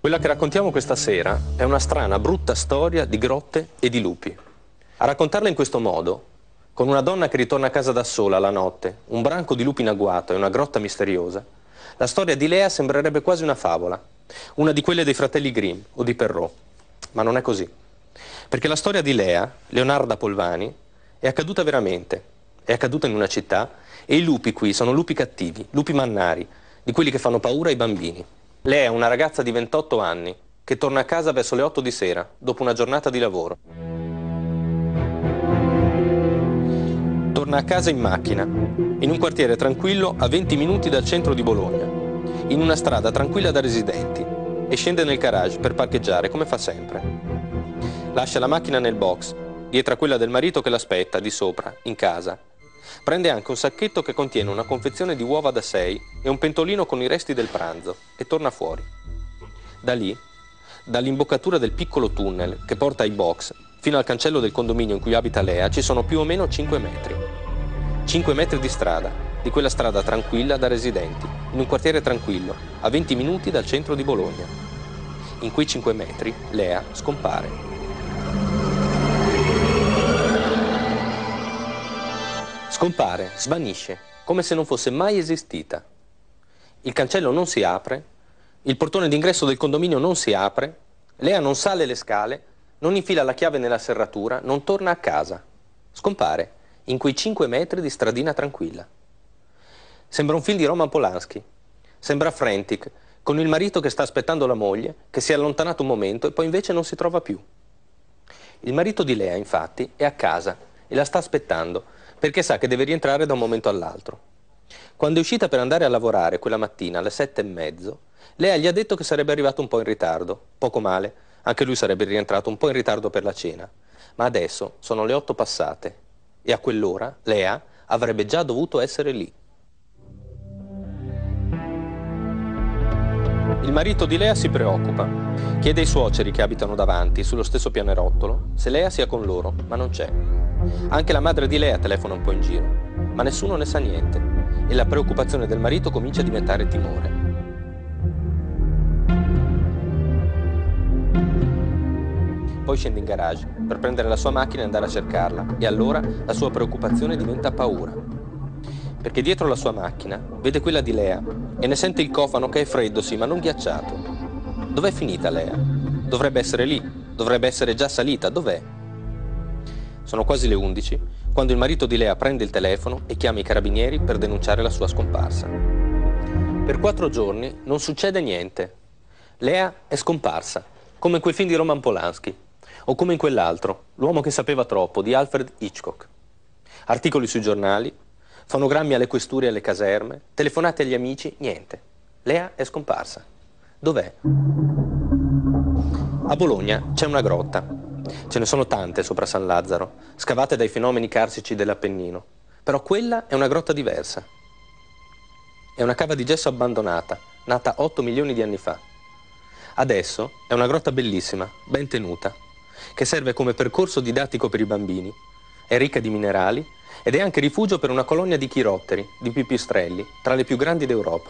Quella che raccontiamo questa sera è una strana, brutta storia di grotte e di lupi. A raccontarla in questo modo, con una donna che ritorna a casa da sola la notte, un branco di lupi in agguato e una grotta misteriosa, la storia di Lea sembrerebbe quasi una favola, una di quelle dei fratelli Grimm o di Perrault. Ma non è così. Perché la storia di Lea, Leonarda Polvani, è accaduta veramente, è accaduta in una città e i lupi qui sono lupi cattivi, lupi mannari, di quelli che fanno paura ai bambini. Lea è una ragazza di 28 anni che torna a casa verso le 8 di sera, dopo una giornata di lavoro. Torna a casa in macchina, in un quartiere tranquillo a 20 minuti dal centro di Bologna, in una strada tranquilla da residenti, e scende nel garage per parcheggiare come fa sempre. Lascia la macchina nel box, dietro a quella del marito che l'aspetta di sopra, in casa. Prende anche un sacchetto che contiene una confezione di uova da 6 e un pentolino con i resti del pranzo e torna fuori. Da lì, dall'imboccatura del piccolo tunnel che porta ai box fino al cancello del condominio in cui abita Lea ci sono più o meno 5 metri. 5 metri di strada, di quella strada tranquilla da residenti, in un quartiere tranquillo, a 20 minuti dal centro di Bologna. In quei 5 metri Lea scompare. Scompare, svanisce, come se non fosse mai esistita. Il cancello non si apre, il portone d'ingresso del condominio non si apre, Lea non sale le scale, non infila la chiave nella serratura, non torna a casa. Scompare, in quei 5 metri di stradina tranquilla. Sembra un film di Roman Polanski, sembra Frantic, con il marito che sta aspettando la moglie, che si è allontanato un momento e poi invece non si trova più. Il marito di Lea, infatti, è a casa e la sta aspettando, perché sa che deve rientrare da un momento all'altro. Quando è uscita per andare a lavorare quella mattina alle 7:30, Lea gli ha detto che sarebbe arrivato un po' in ritardo, poco male, anche lui sarebbe rientrato un po' in ritardo per la cena, ma adesso sono le 8 passate e a quell'ora Lea avrebbe già dovuto essere lì. Il marito di Lea si preoccupa, chiede ai suoceri che abitano davanti, sullo stesso pianerottolo, se Lea sia con loro, ma non c'è. Anche la madre di Lea telefona un po' in giro, ma nessuno ne sa niente e la preoccupazione del marito comincia a diventare timore. Poi scende in garage per prendere la sua macchina e andare a cercarla e allora la sua preoccupazione diventa paura. Perché dietro la sua macchina vede quella di Lea e ne sente il cofano che è freddo sì ma non ghiacciato. Dov'è finita Lea? Dovrebbe essere lì, dovrebbe essere già salita, dov'è? Sono quasi le 11 quando il marito di Lea prende il telefono e chiama i carabinieri per denunciare la sua scomparsa. Per 4 giorni non succede niente. Lea è scomparsa, come in quel film di Roman Polanski, o come in quell'altro, L'uomo che sapeva troppo, di Alfred Hitchcock. Articoli sui giornali, fonogrammi alle questure e alle caserme, telefonate agli amici, niente. Lea è scomparsa. Dov'è? A Bologna c'è una grotta. Ce ne sono tante sopra San Lazzaro, scavate dai fenomeni carsici dell'Appennino. Però quella è una grotta diversa. È una cava di gesso abbandonata, nata 8 milioni di anni fa. Adesso è una grotta bellissima, ben tenuta, che serve come percorso didattico per i bambini, è ricca di minerali ed è anche rifugio per una colonia di chirotteri, di pipistrelli, tra le più grandi d'Europa.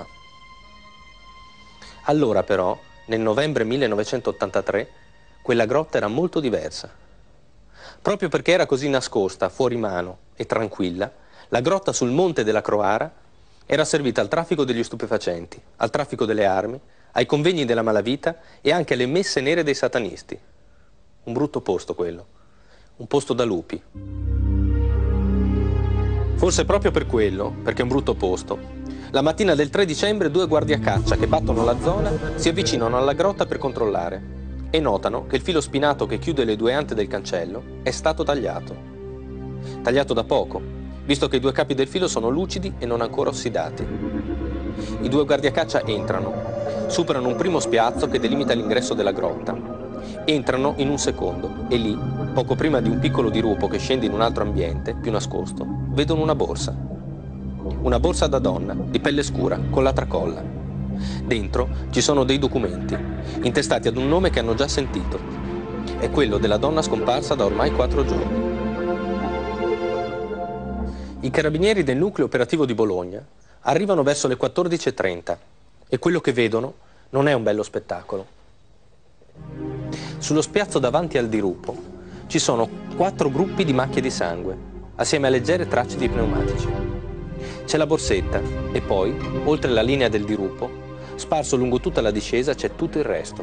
Allora però, nel novembre 1983, quella grotta era molto diversa. Proprio perché era così nascosta, fuori mano e tranquilla, la grotta sul monte della Croara era servita al traffico degli stupefacenti, al traffico delle armi, ai convegni della malavita e anche alle messe nere dei satanisti. Un brutto posto quello, un posto da lupi. Forse proprio per quello, perché è un brutto posto, la mattina del 3 dicembre 2 guardiacaccia che battono la zona si avvicinano alla grotta per controllare e notano che il filo spinato che chiude le 2 ante del cancello è stato tagliato. Tagliato da poco, visto che i 2 capi del filo sono lucidi e non ancora ossidati. I 2 guardiacaccia entrano, superano un primo spiazzo che delimita l'ingresso della grotta, entrano in un secondo e lì, poco prima di un piccolo dirupo che scende in un altro ambiente, più nascosto, vedono una borsa. Una borsa da donna, di pelle scura, con la tracolla. Dentro ci sono dei documenti, intestati ad un nome che hanno già sentito. È quello della donna scomparsa da ormai 4 giorni. I carabinieri del nucleo operativo di Bologna arrivano verso le 14:30 e quello che vedono non è un bello spettacolo. Sullo spiazzo davanti al dirupo ci sono 4 gruppi di macchie di sangue, assieme a leggere tracce di pneumatici. C'è la borsetta e poi, oltre la linea del dirupo, sparso lungo tutta la discesa, c'è tutto il resto.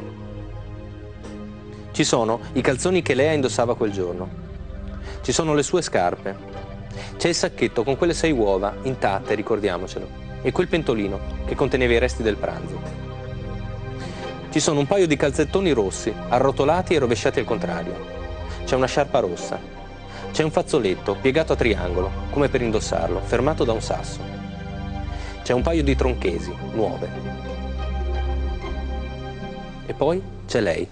Ci sono i calzoni che Lea indossava quel giorno. Ci sono le sue scarpe. C'è il sacchetto con quelle 6 uova, intatte, ricordiamocelo, e quel pentolino che conteneva i resti del pranzo. Ci sono un paio di calzettoni rossi, arrotolati e rovesciati al contrario. C'è una sciarpa rossa. C'è un fazzoletto piegato a triangolo, come per indossarlo, fermato da un sasso. C'è un paio di tronchesi, nuove. E poi c'è lei.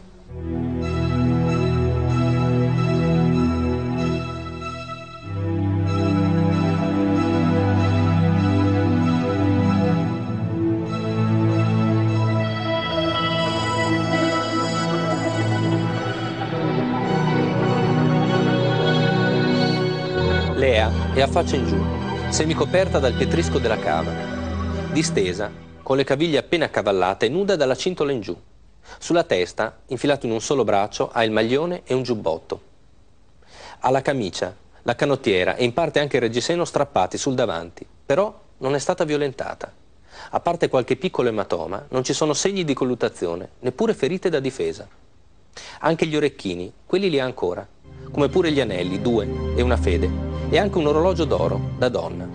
Lea è a faccia in giù, semicoperta dal pietrisco della cava, distesa, con le caviglie appena accavallate e nuda dalla cintola in giù. Sulla testa, infilato in un solo braccio, ha il maglione e un giubbotto. Ha la camicia, la canottiera e in parte anche il reggiseno strappati sul davanti, però non è stata violentata. A parte qualche piccolo ematoma, non ci sono segni di colluttazione, neppure ferite da difesa. Anche gli orecchini, quelli li ha ancora, come pure gli anelli, 2 e una fede, e anche un orologio d'oro, da donna.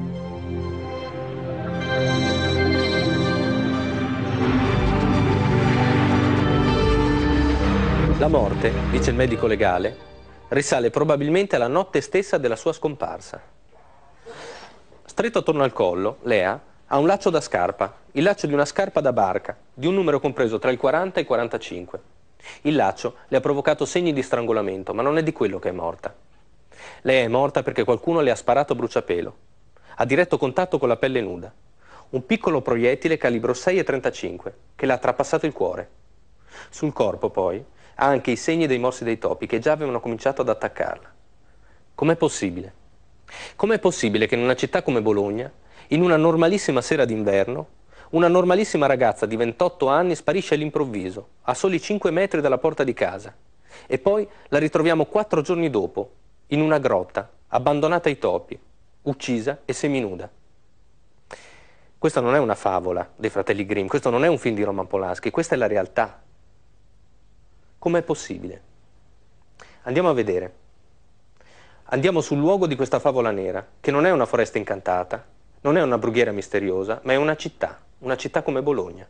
La morte, dice il medico legale, risale probabilmente alla notte stessa della sua scomparsa. Stretto attorno al collo, Lea ha un laccio da scarpa, il laccio di una scarpa da barca, di un numero compreso tra il 40 e il 45. Il laccio le ha provocato segni di strangolamento, ma non è di quello che è morta. Lei è morta perché qualcuno le ha sparato a bruciapelo. Ha diretto contatto con la pelle nuda. Un piccolo proiettile calibro 6,35 che le ha trapassato il cuore. Sul corpo, poi, ha anche i segni dei morsi dei topi che già avevano cominciato ad attaccarla. Com'è possibile? Com'è possibile che in una città come Bologna, in una normalissima sera d'inverno, una normalissima ragazza di 28 anni sparisce all'improvviso, a soli 5 metri dalla porta di casa, e poi la ritroviamo 4 giorni dopo, in una grotta, abbandonata ai topi, uccisa e seminuda? Questa non è una favola dei fratelli Grimm, questo non è un film di Roman Polanski, questa è la realtà. Com'è possibile? Andiamo a vedere. Andiamo sul luogo di questa favola nera, che non è una foresta incantata, non è una brughiera misteriosa, ma è una città come Bologna.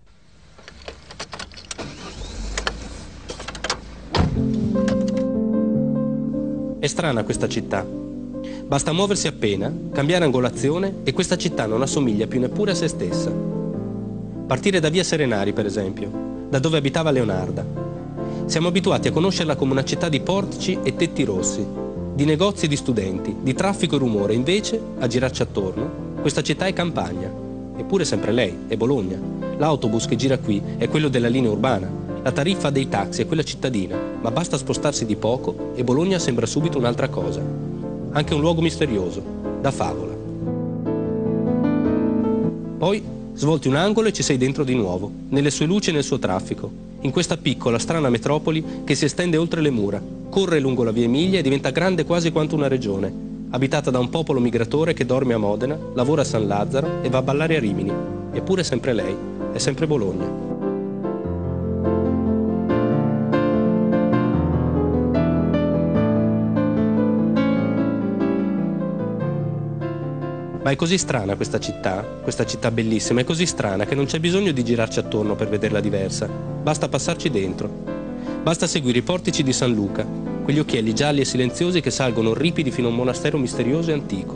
È strana questa città. Basta muoversi appena, cambiare angolazione e questa città non assomiglia più neppure a se stessa. Partire da via Serenari, per esempio, da dove abitava Leonarda. Siamo abituati a conoscerla come una città di portici e tetti rossi, di negozi e di studenti, di traffico e rumore. Invece, a girarci attorno, questa città è campagna. Eppure sempre lei, è Bologna. L'autobus che gira qui è quello della linea urbana. La tariffa dei taxi è quella cittadina, ma basta spostarsi di poco e Bologna sembra subito un'altra cosa. Anche un luogo misterioso, da favola. Poi svolti un angolo e ci sei dentro di nuovo, nelle sue luci e nel suo traffico, in questa piccola, strana metropoli che si estende oltre le mura, corre lungo la via Emilia e diventa grande quasi quanto una regione, abitata da un popolo migratore che dorme a Modena, lavora a San Lazzaro e va a ballare a Rimini. Eppure sempre lei, è sempre Bologna. Ma è così strana questa città bellissima, è così strana che non c'è bisogno di girarci attorno per vederla diversa. Basta passarci dentro. Basta seguire i portici di San Luca, quegli occhielli gialli e silenziosi che salgono ripidi fino a un monastero misterioso e antico.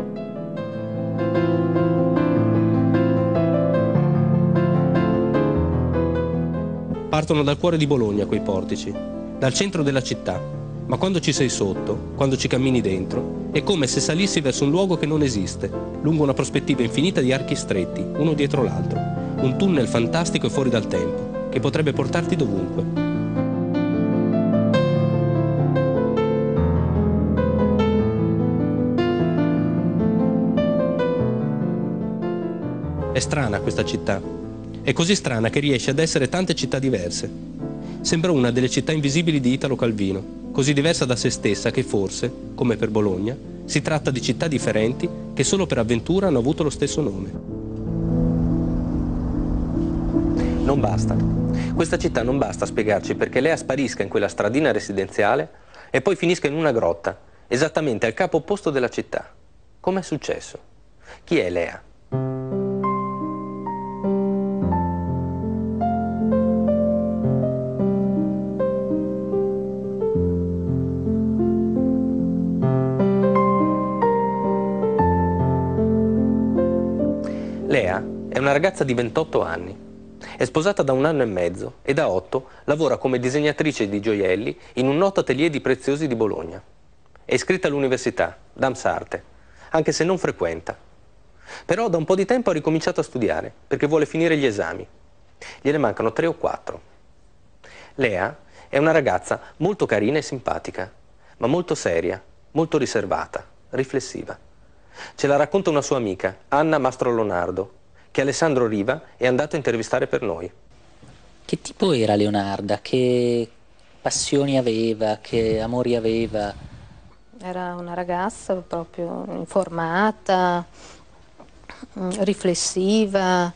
Partono dal cuore di Bologna quei portici, dal centro della città. Ma quando ci sei sotto, quando ci cammini dentro, è come se salissi verso un luogo che non esiste, lungo una prospettiva infinita di archi stretti, uno dietro l'altro, un tunnel fantastico e fuori dal tempo, che potrebbe portarti dovunque. È strana questa città, è così strana che riesce ad essere tante città diverse. Sembra una delle città invisibili di Italo Calvino, così diversa da se stessa che forse, come per Bologna, si tratta di città differenti che solo per avventura hanno avuto lo stesso nome. Non basta. Questa città non basta a spiegarci perché Lea sparisca in quella stradina residenziale e poi finisca in una grotta, esattamente al capo opposto della città. Come è successo? Chi è Lea? Lea è una ragazza di 28 anni. È sposata da 1 anno e mezzo e da 8 lavora come disegnatrice di gioielli in un noto atelier di preziosi di Bologna. È iscritta all'università, Damsarte, anche se non frequenta. Però da un po' di tempo ha ricominciato a studiare perché vuole finire gli esami. Gliene mancano 3 o 4. Lea è una ragazza molto carina e simpatica, ma molto seria, molto riservata, riflessiva. Ce la racconta una sua amica, Anna Mastro Leonardo, che Alessandro Riva è andato a intervistare per noi. Che tipo era Leonarda? Che passioni aveva? Che amori aveva? Era una ragazza proprio informata, riflessiva,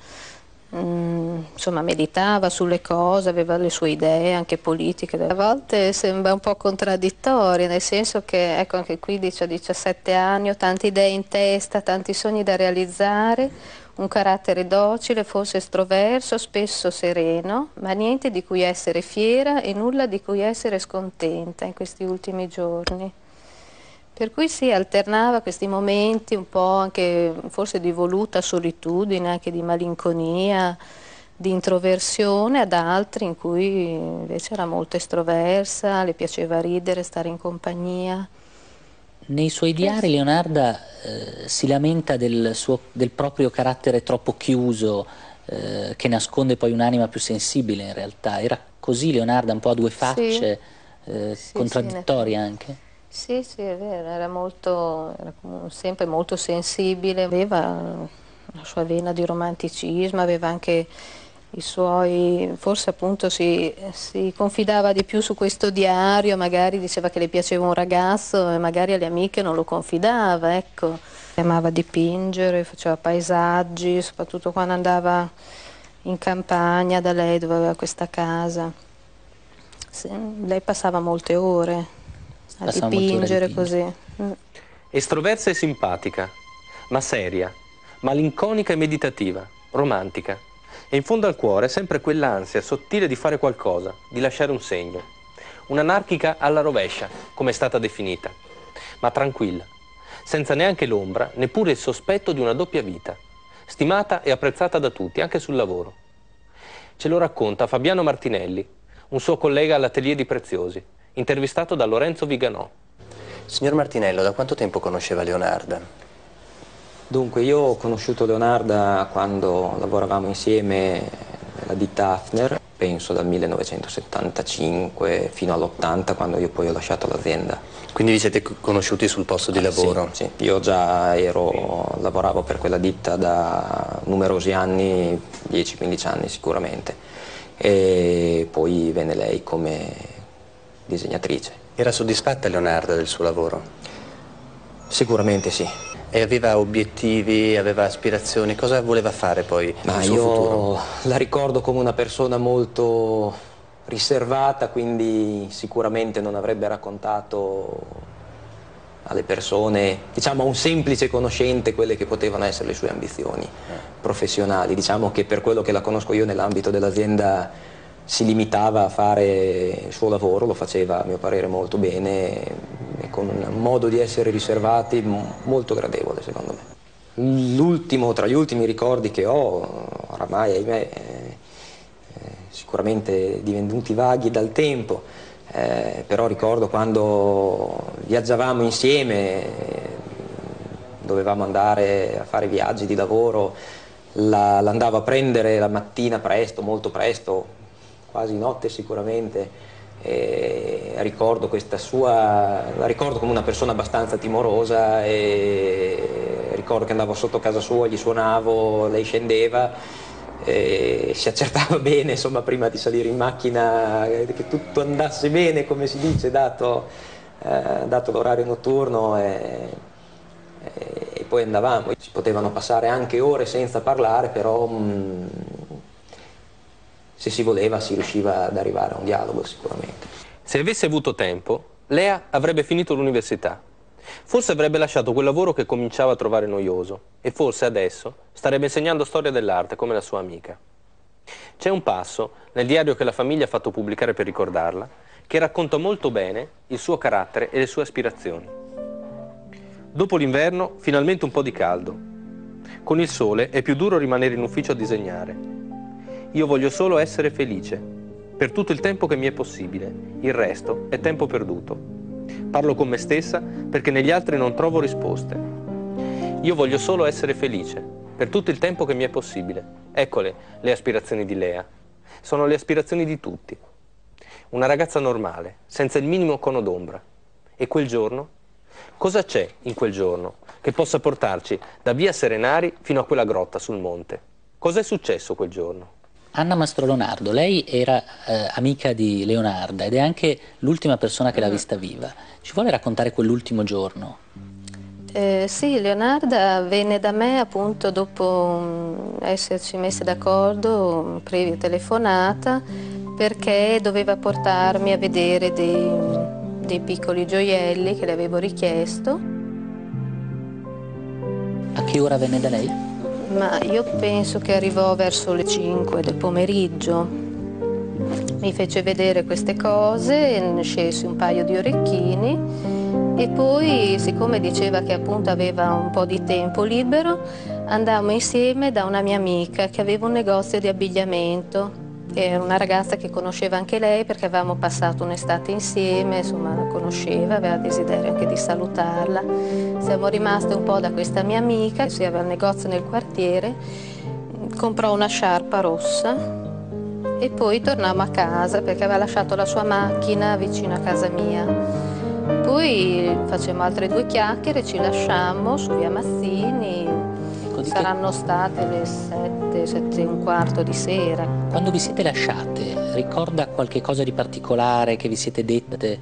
insomma meditava sulle cose, aveva le sue idee anche politiche. A volte sembra un po' contraddittoria, nel senso che, ecco, anche qui dice a 17 anni, ho tante idee in testa, tanti sogni da realizzare, un carattere docile, forse estroverso, spesso sereno, ma niente di cui essere fiera e nulla di cui essere scontenta in questi ultimi giorni. Per cui si alternava questi momenti un po' anche forse di voluta solitudine, anche di malinconia, di introversione, ad altri in cui invece era molto estroversa, le piaceva ridere, stare in compagnia. Nei suoi diari Leonarda si lamenta del proprio carattere troppo chiuso, che nasconde poi un'anima più sensibile in realtà. Era così Leonarda, un po' a due facce, contraddittoria anche? Sì, sì, è vero, era sempre molto sensibile, aveva la sua vena di romanticismo, aveva anche i suoi, forse appunto si confidava di più su questo diario, magari diceva che le piaceva un ragazzo e magari alle amiche non lo confidava, ecco. Amava dipingere, faceva paesaggi, soprattutto quando andava in campagna da lei dove aveva questa casa. Lei passava molte ore a dipingere così. Estroversa e simpatica, ma seria, malinconica e meditativa, romantica. E in fondo al cuore sempre quell'ansia sottile di fare qualcosa, di lasciare un segno. Un'anarchica alla rovescia, come è stata definita, ma tranquilla, senza neanche l'ombra, neppure il sospetto di una doppia vita, stimata e apprezzata da tutti, anche sul lavoro. Ce lo racconta Fabiano Martinelli, un suo collega all'atelier di Preziosi, intervistato da Lorenzo Viganò. Signor Martinello, da quanto tempo conosceva Leonarda? Dunque, io ho conosciuto Leonarda quando lavoravamo insieme nella ditta Hafner, penso dal 1975 fino all'80, quando io poi ho lasciato l'azienda. Quindi vi siete conosciuti sul posto di lavoro? Sì, sì. Io già lavoravo per quella ditta da numerosi anni, 10-15 anni sicuramente, e poi venne lei come disegnatrice. Era soddisfatta Leonarda del suo lavoro? Sicuramente sì. E aveva obiettivi, aveva aspirazioni? Cosa voleva fare poi nel suo futuro? Io la ricordo come una persona molto riservata, quindi sicuramente non avrebbe raccontato alle persone, diciamo a un semplice conoscente, quelle che potevano essere le sue ambizioni professionali. Diciamo che per quello che la conosco io nell'ambito dell'azienda si limitava a fare il suo lavoro, lo faceva a mio parere molto bene e con un modo di essere riservati molto gradevole secondo me. Tra gli ultimi ricordi che ho, oramai ahimè, sicuramente divenuti vaghi dal tempo, però ricordo quando viaggiavamo insieme, dovevamo andare a fare viaggi di lavoro, l'andavo a prendere la mattina presto, molto presto, quasi notte sicuramente, e ricordo la ricordo come una persona abbastanza timorosa, e ricordo che andavo sotto casa sua, gli suonavo, lei scendeva si accertava bene, insomma, prima di salire in macchina, che tutto andasse bene, come si dice, dato l'orario notturno, e poi andavamo. Si potevano passare anche ore senza parlare, però se si voleva si riusciva ad arrivare a un dialogo sicuramente. Se avesse avuto tempo, Lea avrebbe finito l'università. Forse avrebbe lasciato quel lavoro che cominciava a trovare noioso e forse adesso starebbe insegnando storia dell'arte come la sua amica. C'è un passo nel diario che la famiglia ha fatto pubblicare per ricordarla che racconta molto bene il suo carattere e le sue aspirazioni. Dopo l'inverno, finalmente un po' di caldo. Con il sole è più duro rimanere in ufficio a disegnare. Io voglio solo essere felice, per tutto il tempo che mi è possibile. Il resto è tempo perduto. Parlo con me stessa perché negli altri non trovo risposte. Io voglio solo essere felice, per tutto il tempo che mi è possibile. Eccole le aspirazioni di Lea. Sono le aspirazioni di tutti. Una ragazza normale, senza il minimo cono d'ombra. E quel giorno? Cosa c'è in quel giorno che possa portarci da via Serenari fino a quella grotta sul monte? Cos'è successo quel giorno? Anna Mastrolonardo, lei era amica di Leonarda ed è anche l'ultima persona che l'ha vista viva. Ci vuole raccontare quell'ultimo giorno? Sì, Leonarda venne da me appunto dopo esserci messe d'accordo, previa telefonata, perché doveva portarmi a vedere dei piccoli gioielli che le avevo richiesto. A che ora venne da lei? Ma io penso che arrivò verso le 5 del pomeriggio. Mi fece vedere queste cose, ne scelse un paio di orecchini e poi, siccome diceva che appunto aveva un po' di tempo libero, andammo insieme da una mia amica che aveva un negozio di abbigliamento. Era una ragazza che conosceva anche lei perché avevamo passato un'estate insieme, insomma la conosceva, aveva desiderio anche di salutarla. Siamo rimaste un po' da questa mia amica, che aveva il negozio nel quartiere, comprò una sciarpa rossa e poi tornammo a casa perché aveva lasciato la sua macchina vicino a casa mia. Poi facemmo altre 2 chiacchiere, ci lasciammo su via Mazzini. Saranno state le 7, 7 e un quarto di sera. Quando vi siete lasciate, ricorda qualche cosa di particolare che vi siete dette?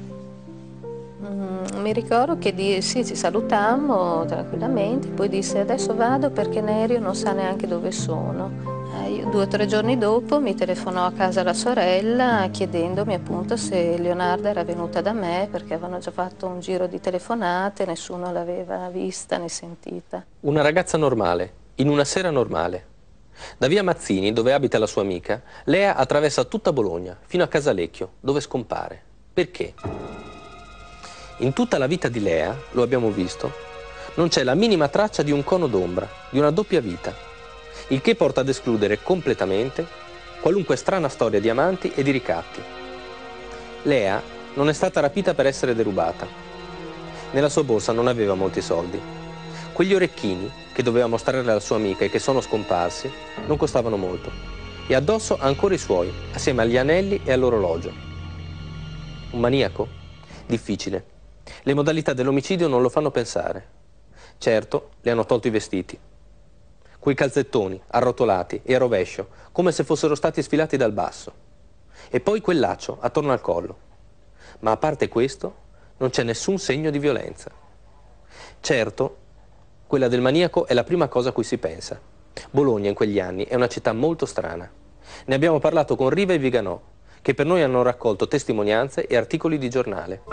Mi ricordo che sì, ci salutammo tranquillamente, poi disse adesso vado perché Nerio non sa neanche dove sono. 2 o 3 giorni dopo mi telefonò a casa la sorella chiedendomi appunto se Leonarda era venuta da me perché avevano già fatto un giro di telefonate, nessuno l'aveva vista né sentita. Una ragazza normale, in una sera normale. Da via Mazzini, dove abita la sua amica, Lea attraversa tutta Bologna, fino a Casalecchio, dove scompare. Perché? In tutta la vita di Lea, lo abbiamo visto, non c'è la minima traccia di un cono d'ombra, di una doppia vita, il che porta ad escludere completamente qualunque strana storia di amanti e di ricatti. Lea non è stata rapita per essere derubata. Nella sua borsa non aveva molti soldi. Quegli orecchini che doveva mostrare alla sua amica e che sono scomparsi non costavano molto. E addosso ha ancora i suoi, assieme agli anelli e all'orologio. Un maniaco? Difficile. Le modalità dell'omicidio non lo fanno pensare. Certo, le hanno tolto i vestiti. Quei calzettoni, arrotolati e a rovescio, come se fossero stati sfilati dal basso. E poi quel laccio attorno al collo. Ma a parte questo, non c'è nessun segno di violenza. Certo, quella del maniaco è la prima cosa a cui si pensa. Bologna in quegli anni è una città molto strana. Ne abbiamo parlato con Riva e Viganò, che per noi hanno raccolto testimonianze e articoli di giornale.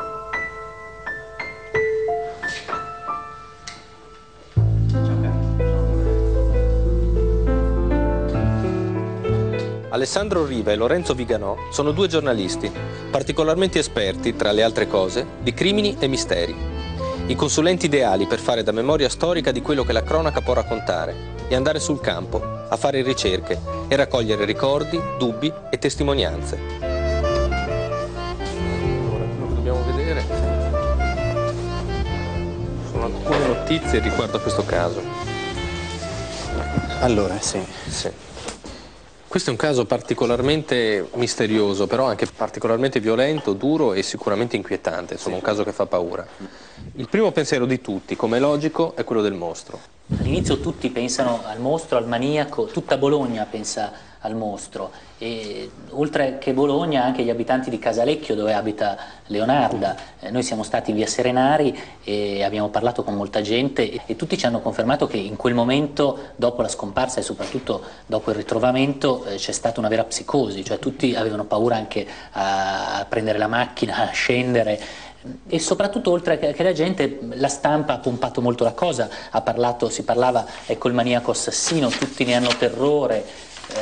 Alessandro Riva e Lorenzo Viganò sono 2 giornalisti, particolarmente esperti, tra le altre cose, di crimini e misteri. I consulenti ideali per fare da memoria storica di quello che la cronaca può raccontare e andare sul campo, a fare ricerche e raccogliere ricordi, dubbi e testimonianze. Allora, quello che dobbiamo vedere sono alcune notizie riguardo a questo caso. Allora, sì. Sì. Questo è un caso particolarmente misterioso, però anche particolarmente violento, duro e sicuramente inquietante, insomma un caso che fa paura. Il primo pensiero di tutti, come è logico, è quello del mostro. All'inizio tutti pensano al mostro, al maniaco, tutta Bologna pensa al mostro, e oltre che Bologna anche gli abitanti di Casalecchio, dove abita Leonarda. Noi siamo stati in via Serenari e abbiamo parlato con molta gente e tutti ci hanno confermato che in quel momento, dopo la scomparsa e soprattutto dopo il ritrovamento, c'è stata una vera psicosi, cioè tutti avevano paura anche a prendere la macchina, a scendere. E soprattutto, oltre che la gente, la stampa ha pompato molto la cosa, si parlava, ecco il maniaco assassino, tutti ne hanno terrore,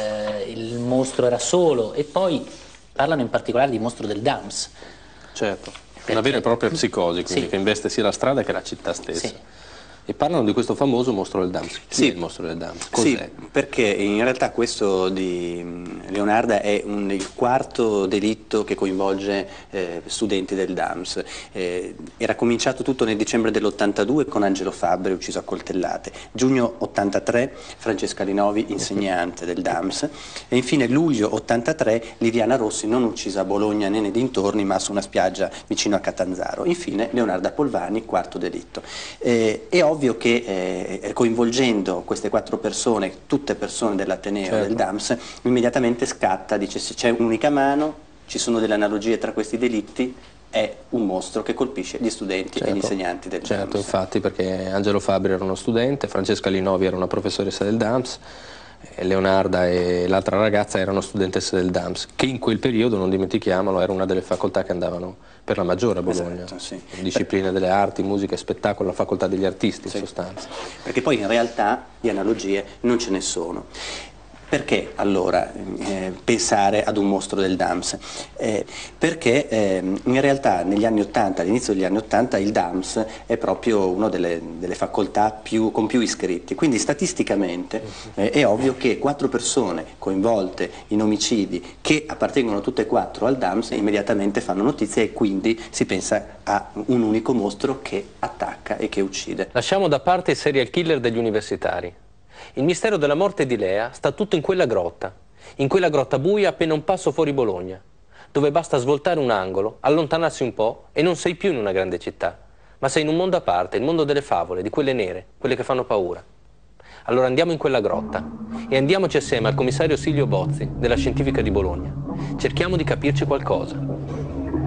il mostro era solo, e poi parlano in particolare di mostro del Dams. Certo, una vera e propria psicosi, quindi, sì, che investe sia la strada che la città stessa. Sì. E parlano di questo famoso mostro del Dams. Chi Sì. è il mostro del Dams? Sì, Cos'è? perché in realtà questo di Leonarda è il quarto delitto che coinvolge studenti del DAMS. Era cominciato tutto nel dicembre dell'82 con Angelo Fabbri, ucciso a coltellate. Giugno 83, Francesca Linovi, insegnante del DAMS. E infine luglio 83, Liliana Rossi, non uccisa a Bologna né nei dintorni, ma su una spiaggia vicino a Catanzaro. Infine Leonarda Polvani, quarto delitto. È ovvio che coinvolgendo queste 4 persone, tutte persone dell'Ateneo, certo, del DAMS, immediatamente scatta, dice se c'è un'unica mano, ci sono delle analogie tra questi delitti, è un mostro che colpisce gli studenti e gli insegnanti del DAMS. Certo, infatti, perché Angelo Fabbri era uno studente, Francesca Linovi era una professoressa del DAMS, Leonarda e l'altra ragazza erano studentesse del DAMS, che in quel periodo, non dimentichiamolo, era una delle facoltà che andavano per la maggiore a Bologna. Esatto, sì. Discipline delle arti, musica e spettacolo, la facoltà degli artisti, Sì, in sostanza. perché poi in realtà di analogie non ce ne sono. Perché allora pensare ad un mostro del DAMS? Perché in realtà negli anni 80, all'inizio degli anni 80, il DAMS è proprio una delle facoltà con più iscritti, quindi statisticamente è ovvio che 4 persone coinvolte in omicidi che appartengono tutte e 4 al DAMS immediatamente fanno notizia e quindi si pensa a un unico mostro che attacca e che uccide. Lasciamo da parte i serial killer degli universitari. Il mistero della morte di Lea sta tutto in quella grotta buia appena un passo fuori Bologna, dove basta svoltare un angolo, allontanarsi un po' e non sei più in una grande città, ma sei in un mondo a parte, il mondo delle favole, di quelle nere, quelle che fanno paura. Allora andiamo in quella grotta e andiamoci assieme al commissario Silvio Bozzi, della Scientifica di Bologna. Cerchiamo di capirci qualcosa.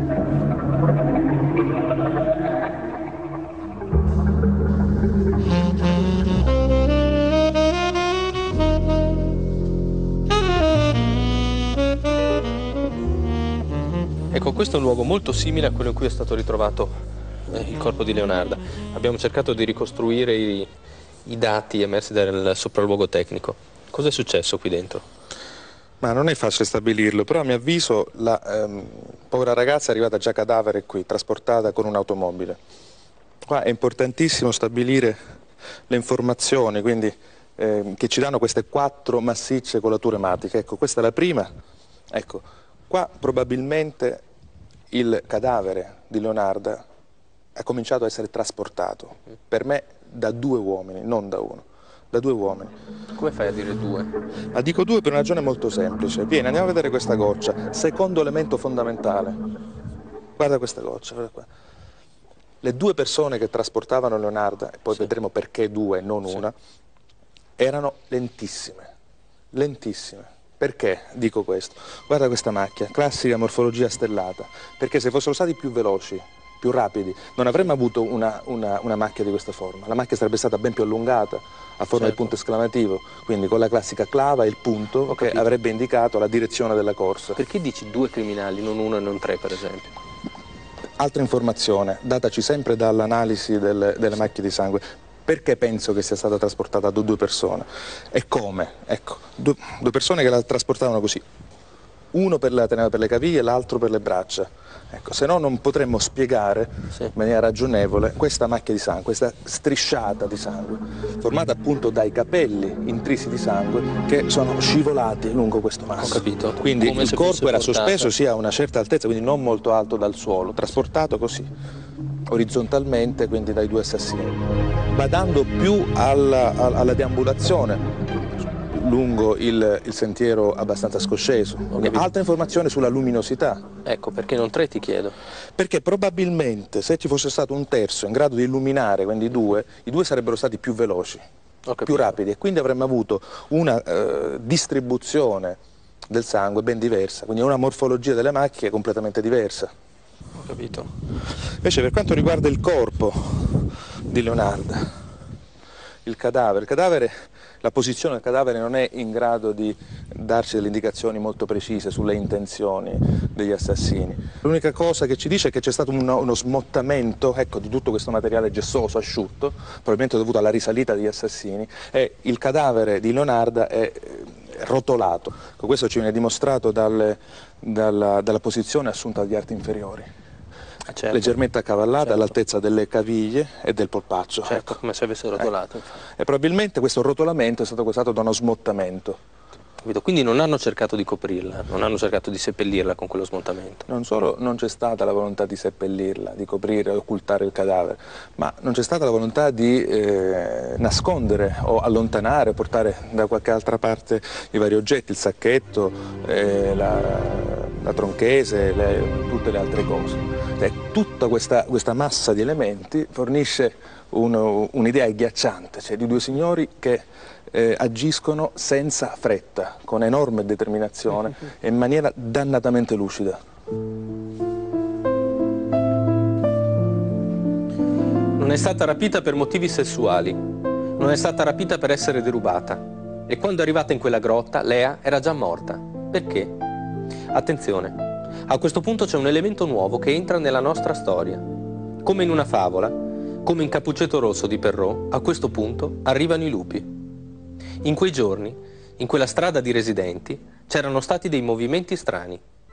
Ecco, questo è un luogo molto simile a quello in cui è stato ritrovato il corpo di Leonarda. Abbiamo cercato di ricostruire i dati emersi dal sopralluogo tecnico. Cosa è successo qui dentro? Ma non è facile stabilirlo, però a mio avviso la povera ragazza è arrivata già cadavere qui, trasportata con un'automobile. Qua è importantissimo stabilire le informazioni, quindi che ci danno queste 4 massicce colature ematiche. Ecco, questa è la prima. Ecco, qua probabilmente il cadavere di Leonarda ha cominciato a essere trasportato, per me da 2 uomini, non da uno, da 2 uomini. Come fai a dire 2? Ma dico 2 per una ragione molto semplice. Vieni, andiamo a vedere questa goccia, secondo elemento fondamentale. Guarda questa goccia, guarda qua. Le 2 persone che trasportavano Leonarda, e poi vedremo perché 2 e non una, erano lentissime, lentissime. Perché dico questo? Guarda questa macchia, classica morfologia stellata, perché se fossero stati più veloci, più rapidi, non avremmo avuto una macchia di questa forma. La macchia sarebbe stata ben più allungata, a forma di punto esclamativo, quindi con la classica clava e il punto che avrebbe indicato la direzione della corsa. Perché dici 2 criminali, non 1 e non 3 per esempio? Altra informazione, dataci sempre dall'analisi delle macchie di sangue. Perché penso che sia stata trasportata da 2 persone? E come? Ecco, 2 persone che la trasportavano così. Uno teneva per le caviglie e l'altro per le braccia. Ecco, se no non potremmo spiegare in maniera ragionevole questa macchia di sangue, questa strisciata di sangue, formata appunto dai capelli intrisi di sangue che sono scivolati lungo questo masso. Ho capito. Quindi Come il se corpo fosse era portato. sospeso sia a una certa altezza, quindi non molto alto dal suolo, trasportato così, orizzontalmente, quindi dai 2 assassini, badando più alla deambulazione lungo il sentiero abbastanza scosceso. Altra informazione sulla luminosità. Ecco, perché non 3 ti chiedo? Perché probabilmente se ci fosse stato un terzo in grado di illuminare, quindi i due sarebbero stati più veloci, più rapidi, e quindi avremmo avuto una distribuzione del sangue ben diversa, quindi una morfologia delle macchie completamente diversa. Ho capito. Invece per quanto riguarda il corpo di Leonarda, il cadavere, la posizione del cadavere non è in grado di darci delle indicazioni molto precise sulle intenzioni degli assassini. L'unica cosa che ci dice è che c'è stato uno smottamento, ecco, di tutto questo materiale gessoso, asciutto, probabilmente dovuto alla risalita degli assassini, e il cadavere di Leonarda è rotolato. Questo ci viene dimostrato dalla posizione assunta dagli arti inferiori. Certo. Leggermente accavallata, all'altezza delle caviglie e del polpaccio. Certo, come se avesse rotolato. E probabilmente questo rotolamento è stato causato da uno smottamento. Quindi non hanno cercato di coprirla, non hanno cercato di seppellirla con quello smontamento. Non solo non c'è stata la volontà di seppellirla, di coprire, occultare il cadavere, ma non c'è stata la volontà di nascondere o allontanare, portare da qualche altra parte i vari oggetti, il sacchetto, la tronchese, tutte le altre cose. Tutta questa massa di elementi fornisce un'idea agghiacciante, cioè di due signori che agiscono senza fretta, con enorme determinazione e in maniera dannatamente lucida. Non è stata rapita per motivi sessuali, non è stata rapita per essere derubata. E quando è arrivata in quella grotta, Lea era già morta. Perché? Attenzione, a questo punto c'è un elemento nuovo che entra nella nostra storia. Come in una favola, come in Cappuccetto Rosso di Perrault, a questo punto arrivano i lupi. In quei giorni, in quella strada di residenti, c'erano stati dei movimenti strani.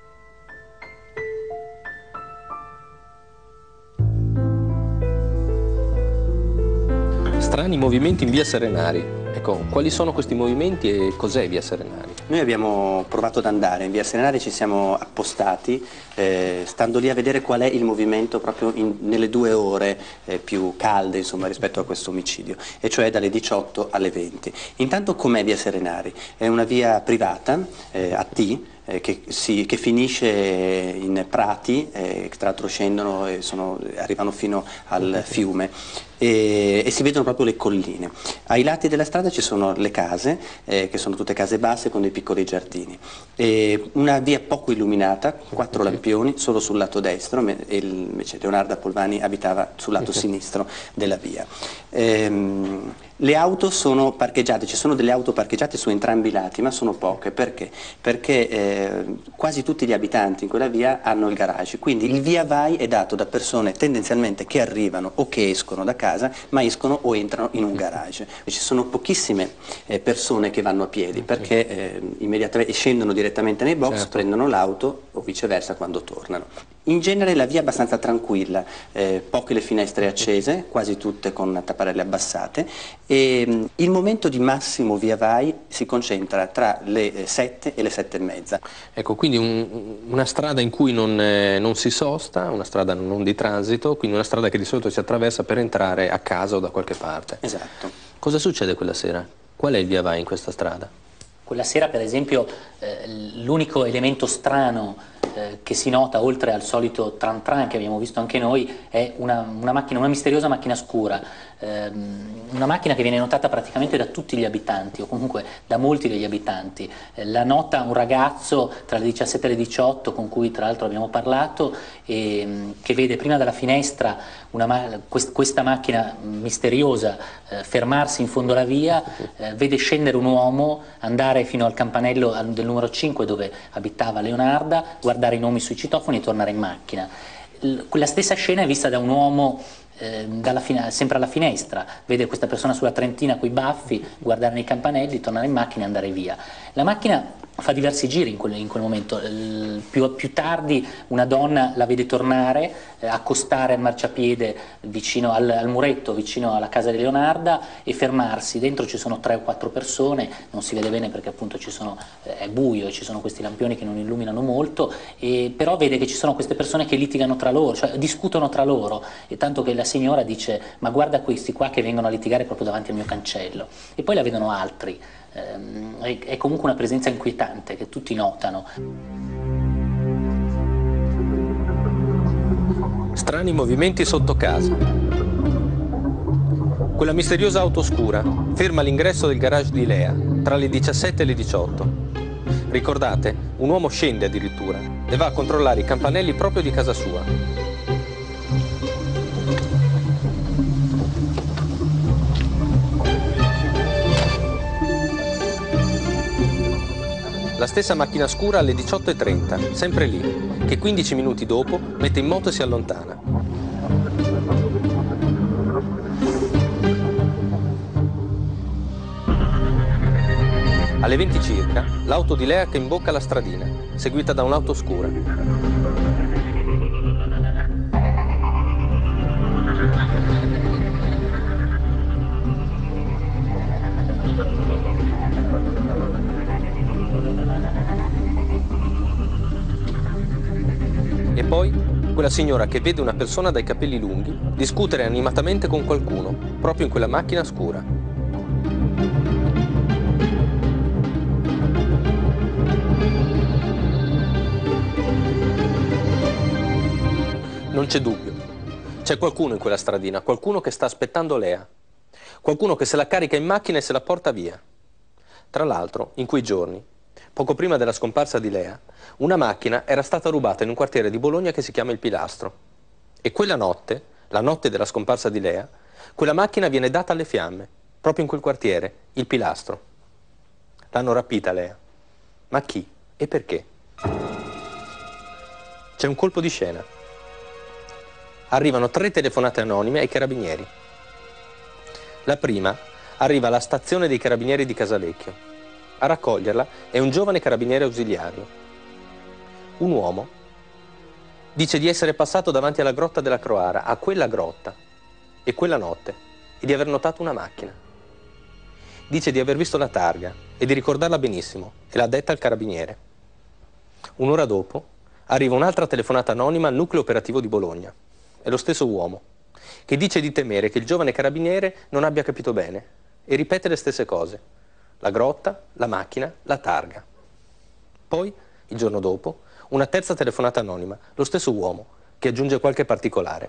Strani movimenti in via Serenari. Ecco, quali sono questi movimenti e cos'è via Serenari? Noi abbiamo provato ad andare in via Serenari, ci siamo appostati, stando lì a vedere qual è il movimento proprio nelle 2 ore più calde, insomma, rispetto a questo omicidio, e cioè dalle 18 alle 20. Intanto com'è via Serenari? È una via privata, a T, che finisce in prati, che tra l'altro scendono e arrivano fino al fiume, e si vedono proprio le colline. Ai lati della strada ci sono le case, che sono tutte case basse con dei piccoli giardini. Una via poco illuminata, 4 lampioni solo sul lato destro, e invece Leonarda Polvani abitava sul lato sinistro della via. Le auto sono parcheggiate, ci sono delle auto parcheggiate su entrambi i lati, ma sono poche. Perché? Perché quasi tutti gli abitanti in quella via hanno il garage, quindi il via vai è dato da persone tendenzialmente che arrivano o che escono da casa, ma escono o entrano in un garage. Ci sono pochissime persone che vanno a piedi, perché immediatamente scendono direttamente nei box, certo, prendono l'auto o viceversa quando tornano. In genere la via è abbastanza tranquilla, poche le finestre accese, quasi tutte con tapparelle abbassate, e il momento di massimo via vai si concentra tra le 7 e le 7:30. Ecco, quindi una strada in cui non si sosta, una strada non di transito, quindi una strada che di solito si attraversa per entrare a casa o da qualche parte. Esatto. Cosa succede quella sera? Qual è il via vai in questa strada? Quella sera, per esempio, l'unico elemento strano che si nota, oltre al solito tran tran che abbiamo visto anche noi, è una macchina, una misteriosa macchina scura, una macchina che viene notata praticamente da tutti gli abitanti, o comunque da molti degli abitanti. La nota un ragazzo tra le 17 e le 18, con cui tra l'altro abbiamo parlato, e che vede prima dalla finestra questa macchina misteriosa fermarsi in fondo alla via, vede scendere un uomo, andare fino al campanello del numero 5 dove abitava Leonarda, guardare i nomi sui citofoni e tornare in macchina. Quella stessa scena è vista da un uomo sempre alla finestra, vede questa persona sulla trentina coi baffi, guardare nei campanelli, tornare in macchina e andare via. La macchina fa diversi giri in quel momento, più tardi una donna la vede tornare accostare al marciapiede vicino al muretto, vicino alla casa di Leonarda, e fermarsi. Dentro ci sono 3 o 4 persone, non si vede bene perché appunto è buio e ci sono questi lampioni che non illuminano molto, però vede che ci sono queste persone che litigano tra loro, cioè discutono tra loro, e tanto che la signora dice: ma guarda questi qua che vengono a litigare proprio davanti al mio cancello, e poi la vedono altri. È comunque una presenza inquietante che tutti notano. Strani movimenti sotto casa. Quella misteriosa auto scura ferma all'ingresso del garage di Lea tra le 17 e le 18. Ricordate, un uomo scende addirittura e va a controllare i campanelli proprio di casa sua. La stessa macchina scura alle 18:30, sempre lì, che 15 minuti dopo mette in moto e si allontana. Alle 20 circa, l'auto di Lea che imbocca la stradina, seguita da un'auto scura. E poi quella signora che vede una persona dai capelli lunghi discutere animatamente con qualcuno, proprio in quella macchina scura. Non c'è dubbio. C'è qualcuno in quella stradina, qualcuno che sta aspettando Lea. Qualcuno che se la carica in macchina e se la porta via. Tra l'altro, in quei giorni, poco prima della scomparsa di Lea, una macchina era stata rubata in un quartiere di Bologna che si chiama Il Pilastro. E quella notte, la notte della scomparsa di Lea, quella macchina viene data alle fiamme, proprio in quel quartiere, Il Pilastro. L'hanno rapita Lea. Ma chi e perché? C'è un colpo di scena. Arrivano 3 telefonate anonime ai carabinieri. La prima arriva alla stazione dei carabinieri di Casalecchio. A raccoglierla è un giovane carabiniere ausiliario. Un uomo dice di essere passato davanti alla grotta della Croara, a quella grotta, e quella notte, e di aver notato una macchina. Dice di aver visto la targa e di ricordarla benissimo, e l'ha detta al carabiniere. Un'ora dopo arriva un'altra telefonata anonima al nucleo operativo di Bologna. È lo stesso uomo, che dice di temere che il giovane carabiniere non abbia capito bene, e ripete le stesse cose. La grotta, la macchina, la targa. Poi, il giorno dopo, una terza telefonata anonima, lo stesso uomo, che aggiunge qualche particolare.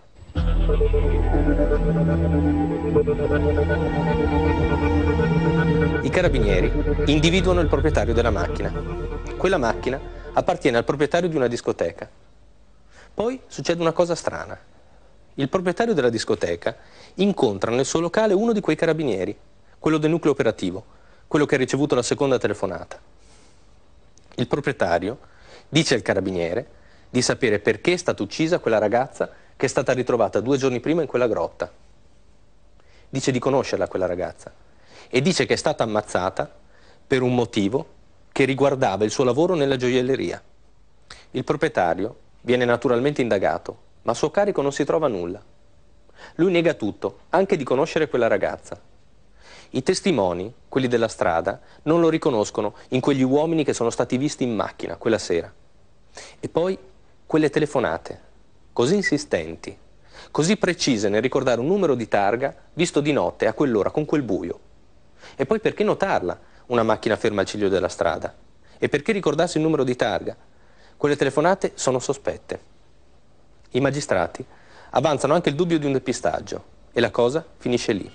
I carabinieri individuano il proprietario della macchina. Quella macchina appartiene al proprietario di una discoteca. Poi succede una cosa strana. Il proprietario della discoteca incontra nel suo locale uno di quei carabinieri, quello del nucleo operativo, quello che ha ricevuto la seconda telefonata. Il proprietario dice al carabiniere di sapere perché è stata uccisa quella ragazza che è stata ritrovata 2 giorni prima in quella grotta. Dice di conoscerla quella ragazza e dice che è stata ammazzata per un motivo che riguardava il suo lavoro nella gioielleria. Il proprietario viene naturalmente indagato, ma a suo carico non si trova nulla. Lui nega tutto, anche di conoscere quella ragazza. I testimoni, quelli della strada, non lo riconoscono in quegli uomini che sono stati visti in macchina quella sera. E poi quelle telefonate, così insistenti, così precise nel ricordare un numero di targa visto di notte a quell'ora con quel buio. E poi perché notarla una macchina ferma al ciglio della strada? E perché ricordarsi il numero di targa? Quelle telefonate sono sospette. I magistrati avanzano anche il dubbio di un depistaggio e la cosa finisce lì.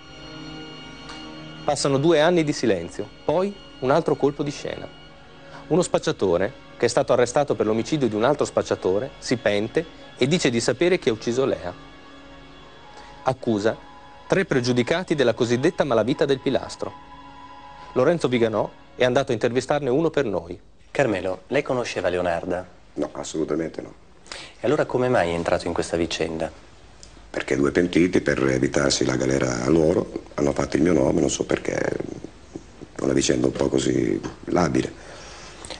Passano 2 anni di silenzio, poi un altro colpo di scena. Uno spacciatore, che è stato arrestato per l'omicidio di un altro spacciatore, si pente e dice di sapere chi ha ucciso Lea. Accusa 3 pregiudicati della cosiddetta malavita del Pilastro. Lorenzo Viganò è andato a intervistarne uno per noi. Carmelo, lei conosceva Leonarda? No, assolutamente no. E allora come mai è entrato in questa vicenda? Perché 2 pentiti, per evitarsi la galera a loro, hanno fatto il mio nome, non so perché, è una vicenda un po' così labile.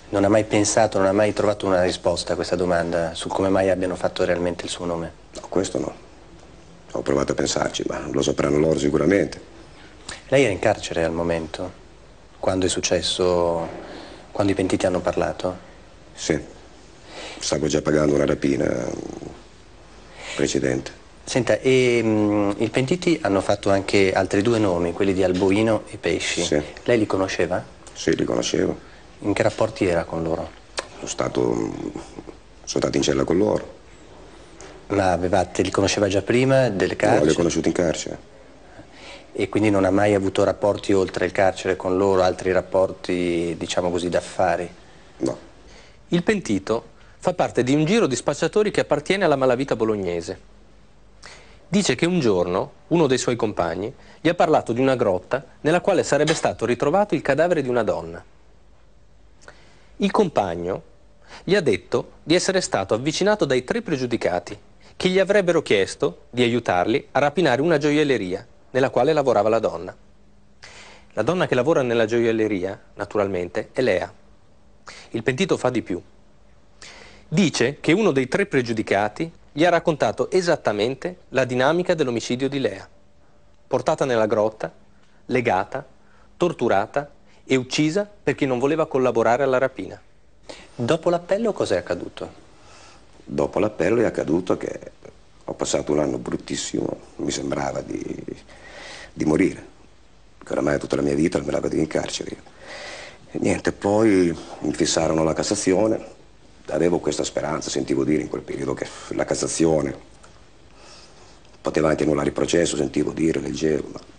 Non ha mai pensato, non ha mai trovato una risposta a questa domanda su come mai abbiano fatto realmente il suo nome? No, questo no. Ho provato a pensarci, ma lo sapranno loro sicuramente. Lei era in carcere al momento, quando è successo, quando i pentiti hanno parlato? Sì, stavo già pagando una rapina precedente. Senta, e i pentiti hanno fatto anche altri 2 nomi, quelli di Alboino e Pesci. Sì. Lei li conosceva? Sì, li conoscevo. In che rapporti era con loro? Sono stato in cella con loro. Ma li conosceva già prima del No, carcere? li ho conosciuti in carcere. E quindi non ha mai avuto rapporti oltre il carcere con loro, altri rapporti, diciamo così, d'affari? No. Il pentito fa parte di un giro di spacciatori che appartiene alla malavita bolognese. Dice che un giorno uno dei suoi compagni gli ha parlato di una grotta nella quale sarebbe stato ritrovato il cadavere di una donna. Il compagno gli ha detto di essere stato avvicinato dai 3 pregiudicati che gli avrebbero chiesto di aiutarli a rapinare una gioielleria nella quale lavorava la donna. La donna che lavora nella gioielleria, naturalmente, è Lea. Il pentito fa di più. Dice che uno dei 3 pregiudicati gli ha raccontato esattamente la dinamica dell'omicidio di Lea, portata nella grotta, legata, torturata e uccisa perché non voleva collaborare alla rapina. Dopo l'appello cos'è accaduto? Dopo l'appello è accaduto che ho passato un anno bruttissimo, mi sembrava di morire, che oramai tutta la mia vita me la vedevo in carcere. E niente, poi mi fissarono la Cassazione, avevo questa speranza, sentivo dire in quel periodo che la Cassazione poteva anche annullare il processo, sentivo dire, leggevo, ma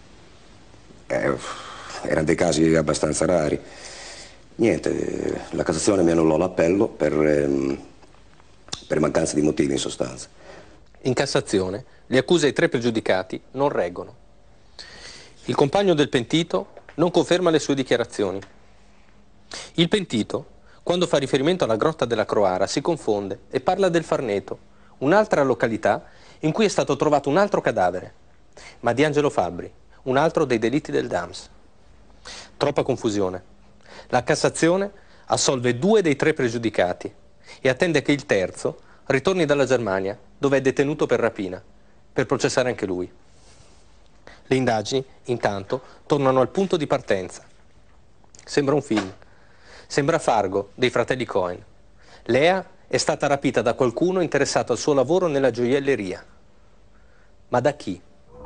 erano dei casi abbastanza rari. Niente, la Cassazione mi annullò l'appello per mancanza di motivi in sostanza. In Cassazione le accuse ai 3 pregiudicati non reggono. Il compagno del pentito non conferma le sue dichiarazioni. Il pentito, quando fa riferimento alla grotta della Croara, si confonde e parla del Farneto, un'altra località in cui è stato trovato un altro cadavere, ma di Angelo Fabbri, un altro dei delitti del DAMS. Troppa confusione. La Cassazione assolve 2 dei 3 pregiudicati e attende che il terzo ritorni dalla Germania, dove è detenuto per rapina, per processare anche lui. Le indagini, intanto, tornano al punto di partenza. Sembra un film. Sembra Fargo, dei fratelli Coen. Lea è stata rapita da qualcuno interessato al suo lavoro nella gioielleria. Ma da chi?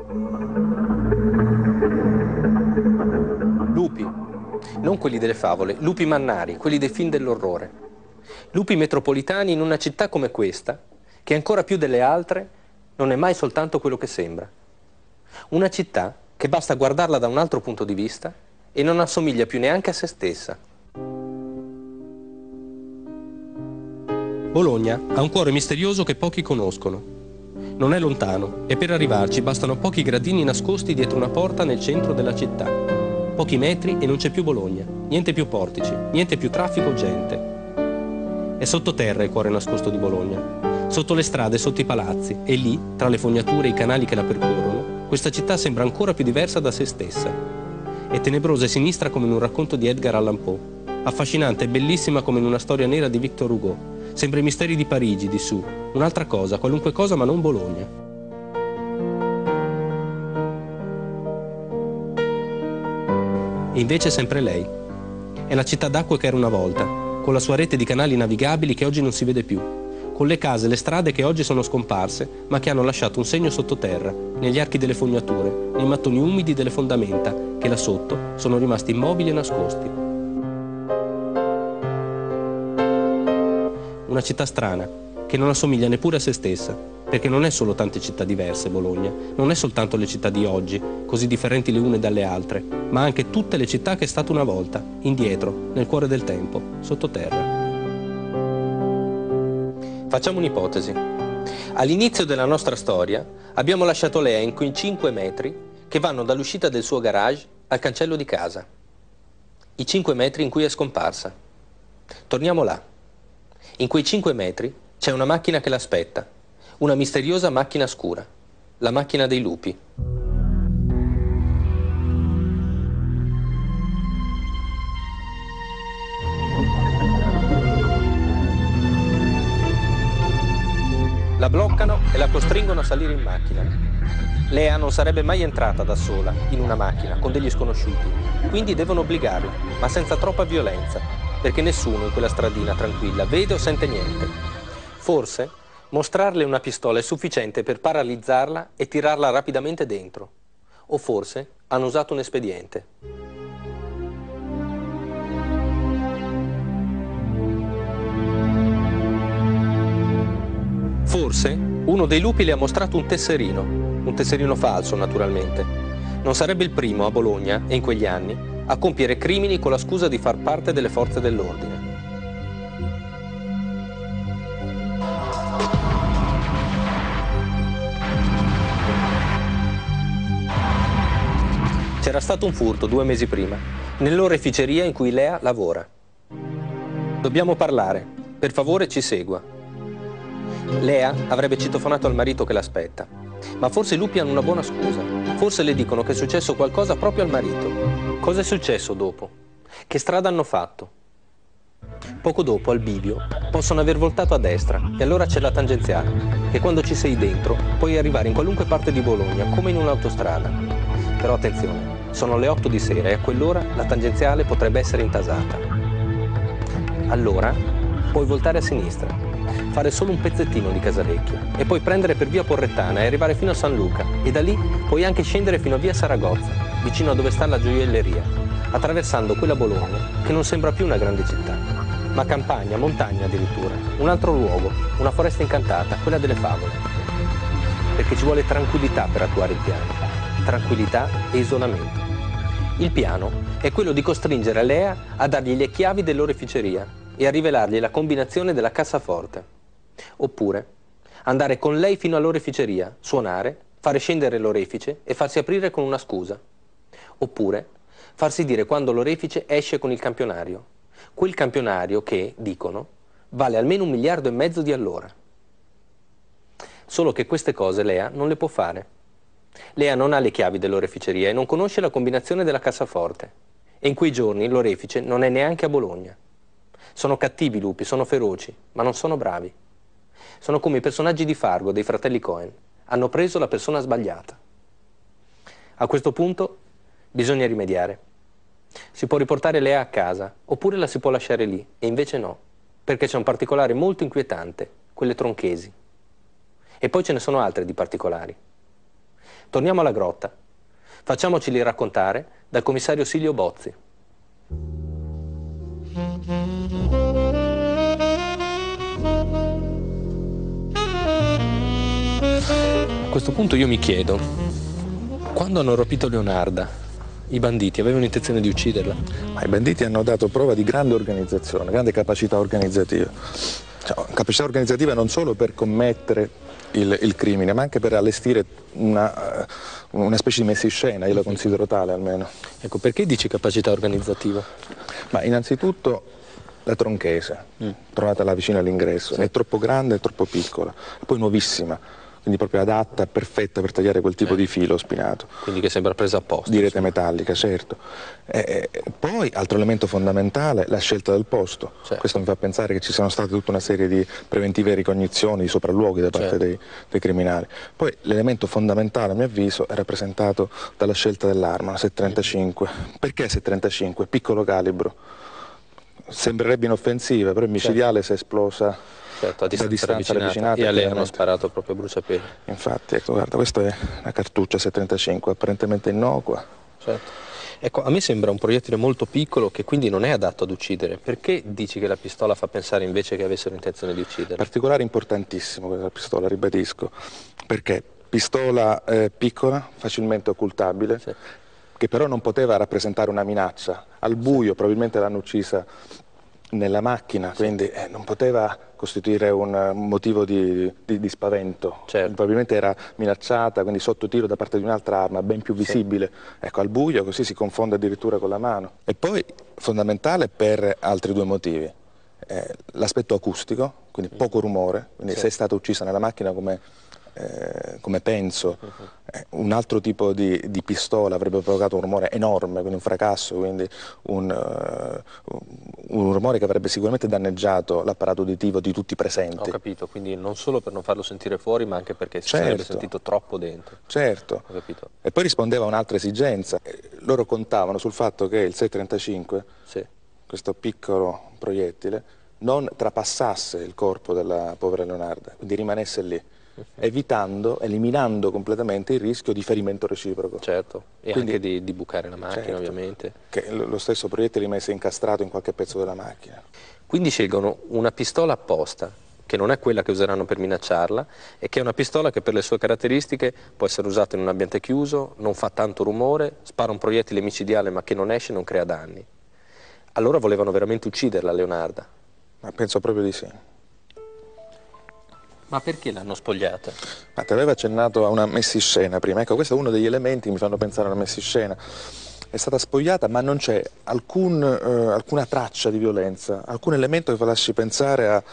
Lupi, non quelli delle favole, lupi mannari, quelli dei film dell'orrore. Lupi metropolitani in una città come questa, che ancora più delle altre non è mai soltanto quello che sembra. Una città che basta guardarla da un altro punto di vista e non assomiglia più neanche a se stessa. Bologna ha un cuore misterioso che pochi conoscono. Non è lontano e per arrivarci bastano pochi gradini nascosti dietro una porta nel centro della città. Pochi metri e non c'è più Bologna, niente più portici, niente più traffico o gente. È sottoterra il cuore nascosto di Bologna, sotto le strade, sotto i palazzi, e lì, tra le fognature e i canali che la percorrono, questa città sembra ancora più diversa da se stessa. È tenebrosa e sinistra come in un racconto di Edgar Allan Poe, affascinante e bellissima come in una storia nera di Victor Hugo. Sembra i misteri di Parigi, di su, un'altra cosa, qualunque cosa ma non Bologna. E invece è sempre lei. È la città d'acqua che era una volta, con la sua rete di canali navigabili che oggi non si vede più, con le case e le strade che oggi sono scomparse, ma che hanno lasciato un segno sottoterra, negli archi delle fognature, nei mattoni umidi delle fondamenta, che là sotto sono rimasti immobili e nascosti. Una città strana, che non assomiglia neppure a se stessa, perché non è solo tante città diverse, Bologna, non è soltanto le città di oggi, così differenti le une dalle altre, ma anche tutte le città che è stata una volta, indietro, nel cuore del tempo, sottoterra. Facciamo un'ipotesi. All'inizio della nostra storia abbiamo lasciato Lea in quei 5 metri che vanno dall'uscita del suo garage al cancello di casa. I 5 metri in cui è scomparsa. Torniamo là. In quei 5 metri c'è una macchina che l'aspetta, una misteriosa macchina scura, la macchina dei lupi. la bloccano e la costringono a salire in macchina. Lea non sarebbe mai entrata da sola in una macchina con degli sconosciuti, quindi devono obbligarla, ma senza troppa violenza, perché nessuno in quella stradina tranquilla vede o sente niente. Forse mostrarle una pistola è sufficiente per paralizzarla e tirarla rapidamente dentro. O forse hanno usato un espediente. Forse uno dei lupi le ha mostrato un tesserino falso naturalmente. Non sarebbe il primo a Bologna e in quegli anni a compiere crimini con la scusa di far parte delle forze dell'ordine. C'era stato un furto 2 mesi prima, nell'oreficeria in cui Lea lavora. Dobbiamo parlare, per favore ci segua. Lea avrebbe citofonato al marito che l'aspetta, ma forse i lupi hanno una buona scusa. Forse le dicono che è successo qualcosa proprio al marito. Cosa è successo dopo? Che strada hanno fatto? Poco dopo, al bivio, possono aver voltato a destra e allora c'è la tangenziale, che quando ci sei dentro puoi arrivare in qualunque parte di Bologna, come in un'autostrada. Però attenzione, sono le 8 di sera e a quell'ora la tangenziale potrebbe essere intasata. Allora puoi voltare a sinistra, fare solo un pezzettino di Casalecchio e poi prendere per via Porrettana e arrivare fino a San Luca, e da lì puoi anche scendere fino a via Saragozza, vicino a dove sta la gioielleria, attraversando quella Bologna che non sembra più una grande città, ma campagna, montagna addirittura, un altro luogo, una foresta incantata, quella delle favole. Perché ci vuole tranquillità per attuare il piano, tranquillità e isolamento. Il piano è quello di costringere Lea a dargli le chiavi dell'oreficeria e a rivelargli la combinazione della cassaforte. Oppure andare con lei fino all'oreficeria, suonare, fare scendere l'orefice e farsi aprire con una scusa. Oppure farsi dire quando l'orefice esce con il campionario. Quel campionario che, dicono, vale almeno 1,5 miliardi di allora. Solo che queste cose Lea non le può fare. Lea non ha le chiavi dell'oreficeria e non conosce la combinazione della cassaforte. E in quei giorni l'orefice non è neanche a Bologna. Sono cattivi i lupi, sono feroci, ma non sono bravi. Sono come i personaggi di Fargo, dei fratelli Coen. Hanno preso la persona sbagliata. A questo punto bisogna rimediare. Si può riportare Lea a casa, oppure la si può lasciare lì, e invece no, perché c'è un particolare molto inquietante, quelle tronchesi. E poi ce ne sono altre di particolari. Torniamo alla grotta. Facciamoceli raccontare dal commissario Silio Bozzi. A questo punto io mi chiedo, quando hanno rapito Leonarda, i banditi avevano intenzione di ucciderla? Ma i banditi hanno dato prova di grande organizzazione, grande capacità organizzativa. Cioè, capacità organizzativa non solo per commettere il crimine, ma anche per allestire una specie di messa in scena, io la considero tale almeno. Ecco, perché dici capacità organizzativa? Ma innanzitutto la tronchese, trovata là vicino all'ingresso, è troppo grande e troppo piccola, poi nuovissima, quindi proprio adatta, perfetta per tagliare quel tipo di filo spinato. Quindi che sembra presa apposta. Di rete metallica, certo. Poi, altro elemento fondamentale, la scelta del posto. Certo. Questo mi fa pensare che ci siano state tutta una serie di preventive ricognizioni, di sopralluoghi da parte dei criminali. Poi l'elemento fondamentale, a mio avviso, è rappresentato dalla scelta dell'arma, la 735. Perché 735? Piccolo calibro. Sembrerebbe inoffensiva, però è micidiale se è esplosa a distanza ravvicinata, e a lei hanno sparato proprio a bruciapelo. Infatti, ecco, guarda, questa è una cartuccia 735, apparentemente innocua. Certo. Ecco, a me sembra un proiettile molto piccolo che quindi non è adatto ad uccidere. Perché dici che la pistola fa pensare invece che avessero intenzione di uccidere? Particolare importantissimo questa pistola, ribadisco, perché pistola piccola, facilmente occultabile, che però non poteva rappresentare una minaccia. Al buio probabilmente l'hanno uccisa nella macchina, quindi non poteva costituire un motivo di spavento. Probabilmente era minacciata, quindi sotto tiro da parte di un'altra arma, ben più visibile. Ecco, al buio così si confonde addirittura con la mano. E poi fondamentale per altri 2 motivi. L'aspetto acustico, quindi poco rumore, quindi se è stata uccisa nella macchina come come penso, un altro tipo di pistola avrebbe provocato un rumore enorme, quindi un fracasso, quindi un rumore che avrebbe sicuramente danneggiato l'apparato uditivo di tutti i presenti. Ho capito, quindi non solo per non farlo sentire fuori, ma anche perché si sarebbe sentito troppo dentro. Certo. Ho capito. E poi rispondeva a un'altra esigenza. Loro contavano sul fatto che il 635, Sì. questo piccolo proiettile, non trapassasse il corpo della povera Leonarda, quindi rimanesse lì, eliminando completamente il rischio di ferimento reciproco. Certo, e quindi, anche di bucare la macchina, certo, ovviamente. Che lo stesso proiettile rimesse incastrato in qualche pezzo della macchina. Quindi scelgono una pistola apposta, che non è quella che useranno per minacciarla, e che è una pistola che per le sue caratteristiche può essere usata in un ambiente chiuso, non fa tanto rumore, spara un proiettile micidiale ma che non esce e non crea danni. Allora volevano veramente ucciderla, Leonarda. Ma penso proprio di sì. Ma perché l'hanno spogliata? Ma ti avevo accennato a una messiscena prima, ecco, questo è uno degli elementi che mi fanno pensare a una messiscena. È stata spogliata ma non c'è alcuna traccia di violenza, alcun elemento che fa lasci pensare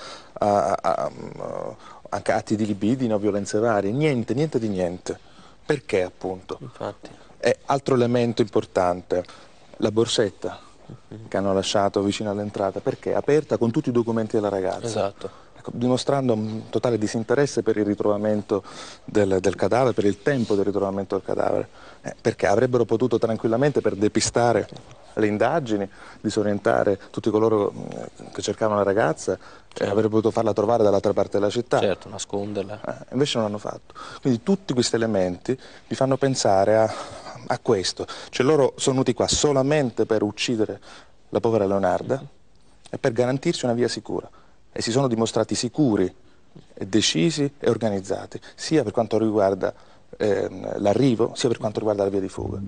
anche atti di libidine o violenze varie, niente di niente. Perché appunto? Infatti. E altro elemento importante, la borsetta che hanno lasciato vicino all'entrata, perché? Aperta con tutti i documenti della ragazza. Esatto. Dimostrando un totale disinteresse per il ritrovamento del cadavere, per il tempo del ritrovamento del cadavere, perché avrebbero potuto tranquillamente, per depistare le indagini, disorientare tutti coloro che cercavano la ragazza, avrebbero potuto farla trovare dall'altra parte della città. Certo, nasconderla. Invece non l'hanno fatto. Quindi tutti questi elementi mi fanno pensare a questo, cioè loro sono venuti qua solamente per uccidere la povera Leonarda e per garantirci una via sicura. E si sono dimostrati sicuri, e decisi e organizzati, sia per quanto riguarda l'arrivo, sia per quanto riguarda la via di fuga.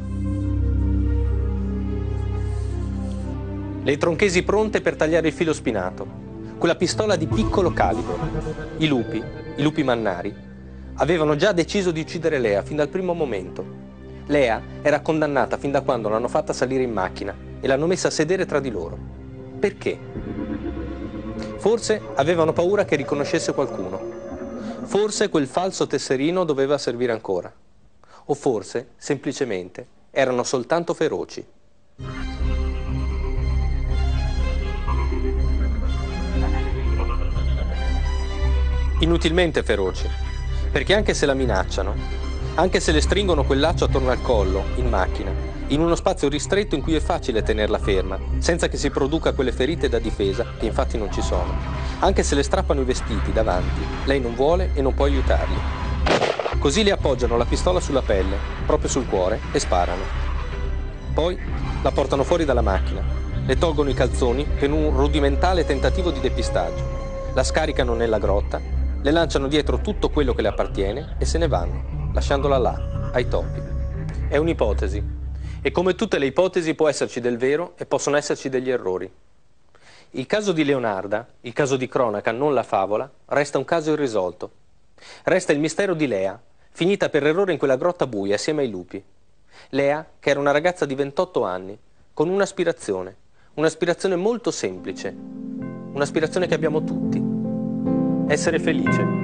Le tronchesi pronte per tagliare il filo spinato, quella pistola di piccolo calibro. I lupi mannari, avevano già deciso di uccidere Lea fin dal primo momento. Lea era condannata fin da quando l'hanno fatta salire in macchina e l'hanno messa a sedere tra di loro. Perché? Forse avevano paura che riconoscesse qualcuno. Forse quel falso tesserino doveva servire ancora. O forse, semplicemente, erano soltanto feroci. Inutilmente feroci, perché anche se la minacciano, anche se le stringono quel laccio attorno al collo, in macchina, in uno spazio ristretto in cui è facile tenerla ferma, senza che si produca quelle ferite da difesa, che infatti non ci sono. Anche se le strappano i vestiti davanti, lei non vuole e non può aiutarli. Così le appoggiano la pistola sulla pelle, proprio sul cuore, e sparano. Poi la portano fuori dalla macchina, le tolgono i calzoni per un rudimentale tentativo di depistaggio, la scaricano nella grotta, le lanciano dietro tutto quello che le appartiene e se ne vanno, lasciandola là, ai topi. È un'ipotesi. E come tutte le ipotesi può esserci del vero e possono esserci degli errori. Il caso di Leonarda, il caso di cronaca, non la favola, resta un caso irrisolto. Resta il mistero di Lea, finita per errore in quella grotta buia assieme ai lupi. Lea, che era una ragazza di 28 anni, con un'aspirazione molto semplice, un'aspirazione che abbiamo tutti, essere felice.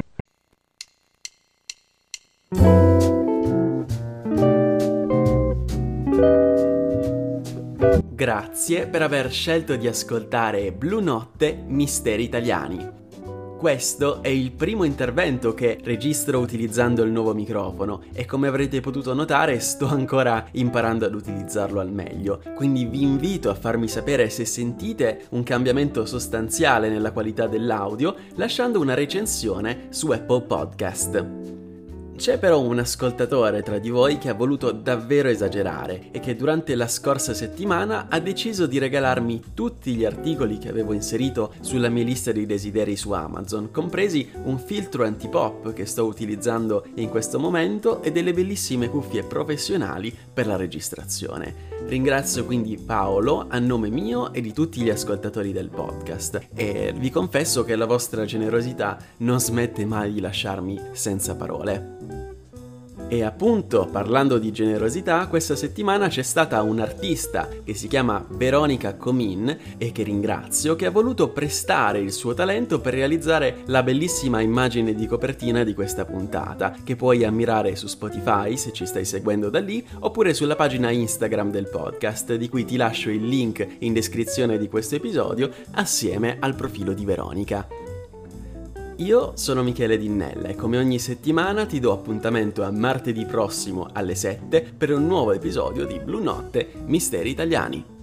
Grazie per aver scelto di ascoltare Blu Notte Misteri Italiani. Questo è il primo intervento che registro utilizzando il nuovo microfono e come avrete potuto notare sto ancora imparando ad utilizzarlo al meglio, quindi vi invito a farmi sapere se sentite un cambiamento sostanziale nella qualità dell'audio lasciando una recensione su Apple Podcast. C'è però un ascoltatore tra di voi che ha voluto davvero esagerare e che durante la scorsa settimana ha deciso di regalarmi tutti gli articoli che avevo inserito sulla mia lista dei desideri su Amazon, compresi un filtro antipop che sto utilizzando in questo momento e delle bellissime cuffie professionali per la registrazione. Ringrazio quindi Paolo a nome mio e di tutti gli ascoltatori del podcast e vi confesso che la vostra generosità non smette mai di lasciarmi senza parole. E appunto, parlando di generosità, questa settimana c'è stata un'artista che si chiama Veronica Comin e che ringrazio, che ha voluto prestare il suo talento per realizzare la bellissima immagine di copertina di questa puntata, che puoi ammirare su Spotify se ci stai seguendo da lì, oppure sulla pagina Instagram del podcast, di cui ti lascio il link in descrizione di questo episodio, assieme al profilo di Veronica. Io sono Michele Dinnella e come ogni settimana ti do appuntamento a martedì prossimo alle 7 per un nuovo episodio di Blu Notte Misteri Italiani.